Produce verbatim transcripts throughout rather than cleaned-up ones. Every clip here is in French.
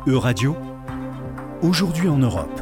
Euradio, aujourd'hui en Europe.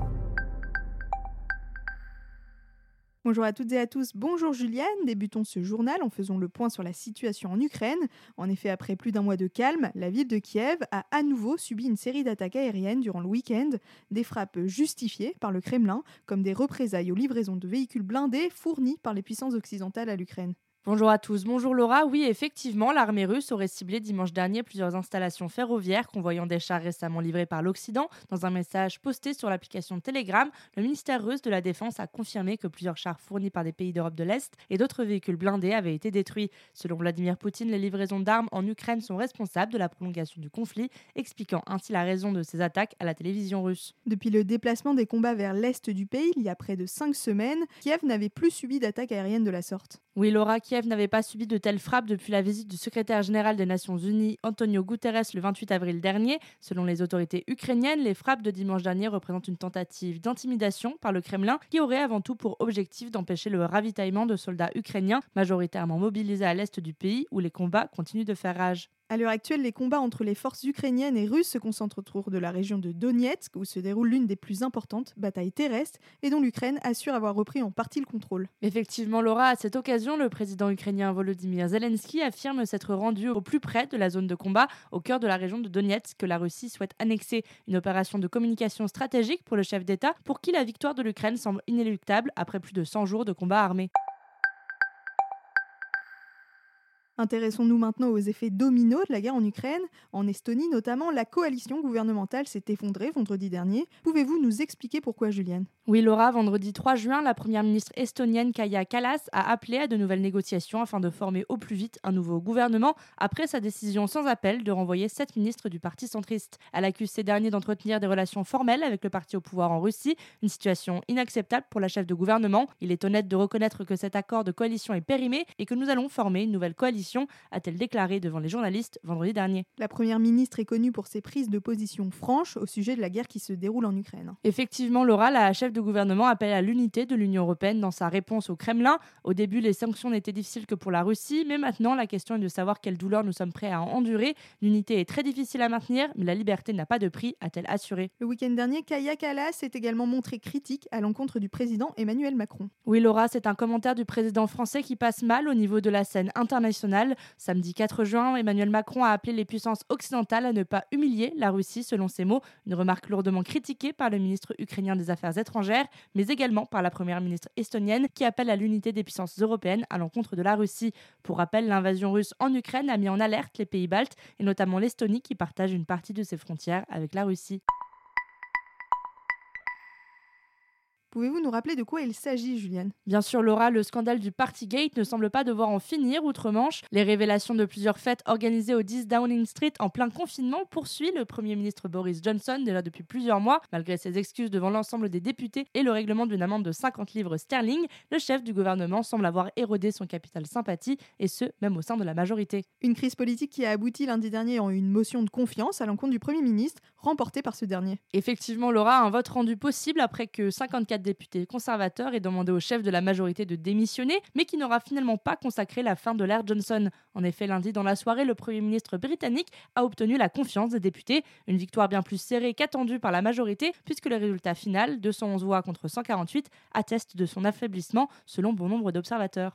Bonjour à toutes et à tous, bonjour Juliane. Débutons ce journal en faisant le point sur la situation en Ukraine. En effet, après plus d'un mois de calme, la ville de Kiev a à nouveau subi une série d'attaques aériennes durant le week-end. Des frappes justifiées par le Kremlin, comme des représailles aux livraisons de véhicules blindés fournis par les puissances occidentales à l'Ukraine. Bonjour à tous, bonjour Laura. Oui, effectivement, l'armée russe aurait ciblé dimanche dernier plusieurs installations ferroviaires convoyant des chars récemment livrés par l'Occident. Dans un message posté sur l'application Telegram, le ministère russe de la Défense a confirmé que plusieurs chars fournis par des pays d'Europe de l'Est et d'autres véhicules blindés avaient été détruits. Selon Vladimir Poutine, les livraisons d'armes en Ukraine sont responsables de la prolongation du conflit, expliquant ainsi la raison de ces attaques à la télévision russe. Depuis le déplacement des combats vers l'est du pays, il y a près de cinq semaines, Kiev n'avait plus subi d'attaques aériennes de la sorte. Oui, Laura, Kiev n'avait pas subi de telles frappes depuis la visite du secrétaire général des Nations Unies, Antonio Guterres, le vingt-huit avril dernier. Selon les autorités ukrainiennes, les frappes de dimanche dernier représentent une tentative d'intimidation par le Kremlin qui aurait avant tout pour objectif d'empêcher le ravitaillement de soldats ukrainiens majoritairement mobilisés à l'est du pays où les combats continuent de faire rage. À l'heure actuelle, les combats entre les forces ukrainiennes et russes se concentrent autour de la région de Donetsk, où se déroule l'une des plus importantes batailles terrestres et dont l'Ukraine assure avoir repris en partie le contrôle. Effectivement, Laura, à cette occasion, le président ukrainien Volodymyr Zelensky affirme s'être rendu au plus près de la zone de combat, au cœur de la région de Donetsk, que la Russie souhaite annexer. Une opération de communication stratégique pour le chef d'État, pour qui la victoire de l'Ukraine semble inéluctable après plus de cent jours de combats armés. Intéressons-nous maintenant aux effets dominos de la guerre en Ukraine. En Estonie notamment, la coalition gouvernementale s'est effondrée vendredi dernier. Pouvez-vous nous expliquer pourquoi, Juliane ? Oui, Laura, vendredi trois juin, la première ministre estonienne Kaja Kallas a appelé à de nouvelles négociations afin de former au plus vite un nouveau gouvernement après sa décision sans appel de renvoyer sept ministres du parti centriste. Elle accuse ces derniers d'entretenir des relations formelles avec le parti au pouvoir en Russie, une situation inacceptable pour la chef de gouvernement. Il est honnête de reconnaître que cet accord de coalition est périmé et que nous allons former une nouvelle coalition, a-t-elle déclaré devant les journalistes vendredi dernier. La première ministre est connue pour ses prises de position franches au sujet de la guerre qui se déroule en Ukraine. Effectivement, Laura, la chef de gouvernement appelle à l'unité de l'Union européenne dans sa réponse au Kremlin. Au début, les sanctions n'étaient difficiles que pour la Russie, mais maintenant, la question est de savoir quelle douleur nous sommes prêts à endurer. L'unité est très difficile à maintenir, mais la liberté n'a pas de prix, a-t-elle assuré. Le week-end dernier, Kaja Kallas s'est également montrée critique à l'encontre du président Emmanuel Macron. Oui, Laura, c'est un commentaire du président français qui passe mal au niveau de la scène internationale. Samedi quatre juin, Emmanuel Macron a appelé les puissances occidentales à ne pas humilier la Russie, selon ses mots. Une remarque lourdement critiquée par le ministre ukrainien des Affaires étrangères, mais également par la première ministre estonienne qui appelle à l'unité des puissances européennes à l'encontre de la Russie. Pour rappel, l'invasion russe en Ukraine a mis en alerte les pays baltes et notamment l'Estonie qui partage une partie de ses frontières avec la Russie. Pouvez-vous nous rappeler de quoi il s'agit, Juliane ? Bien sûr, Laura, le scandale du Partygate ne semble pas devoir en finir outre-Manche. Les révélations de plusieurs fêtes organisées au dix Downing Street en plein confinement poursuit le Premier ministre Boris Johnson déjà depuis plusieurs mois. Malgré ses excuses devant l'ensemble des députés et le règlement d'une amende de cinquante livres sterling, le chef du gouvernement semble avoir érodé son capital sympathie, et ce, même au sein de la majorité. Une crise politique qui a abouti lundi dernier en une motion de confiance à l'encontre du Premier ministre, remportée par ce dernier. Effectivement, Laura, un vote rendu possible après que cinquante-quatre députés conservateurs aient demandé au chef de la majorité de démissionner, mais qui n'aura finalement pas consacré la fin de l'ère Johnson. En effet, lundi dans la soirée, le Premier ministre britannique a obtenu la confiance des députés, une victoire bien plus serrée qu'attendue par la majorité, puisque le résultat final, deux cent onze voix contre cent quarante-huit, atteste de son affaiblissement, selon bon nombre d'observateurs.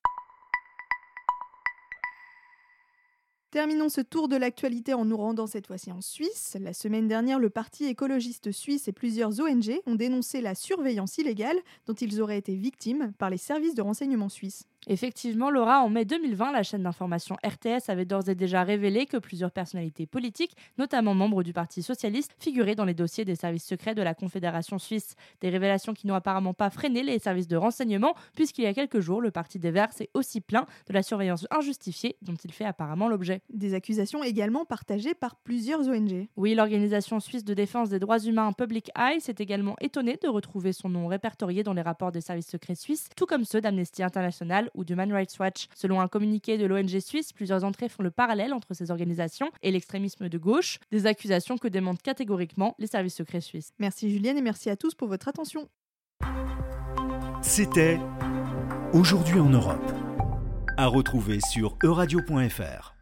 Terminons ce tour de l'actualité en nous rendant cette fois-ci en Suisse. La semaine dernière, le Parti écologiste suisse et plusieurs O N G ont dénoncé la surveillance illégale dont ils auraient été victimes par les services de renseignement suisses. Effectivement, Laura, en mai deux mille vingt, la chaîne d'information R T S avait d'ores et déjà révélé que plusieurs personnalités politiques, notamment membres du Parti socialiste, figuraient dans les dossiers des services secrets de la Confédération suisse. Des révélations qui n'ont apparemment pas freiné les services de renseignement, puisqu'il y a quelques jours, le Parti des Verts s'est aussi plaint de la surveillance injustifiée dont il fait apparemment l'objet. Des accusations également partagées par plusieurs O N G. Oui, l'organisation suisse de défense des droits humains Public Eye s'est également étonnée de retrouver son nom répertorié dans les rapports des services secrets suisses, tout comme ceux d'Amnesty International ou d'Human Rights Watch. Selon un communiqué de l'O N G suisse, plusieurs entrées font le parallèle entre ces organisations et l'extrémisme de gauche, des accusations que démentent catégoriquement les services secrets suisses. Merci Julienne et merci à tous pour votre attention. C'était Aujourd'hui en Europe, à retrouver sur euradio point f r.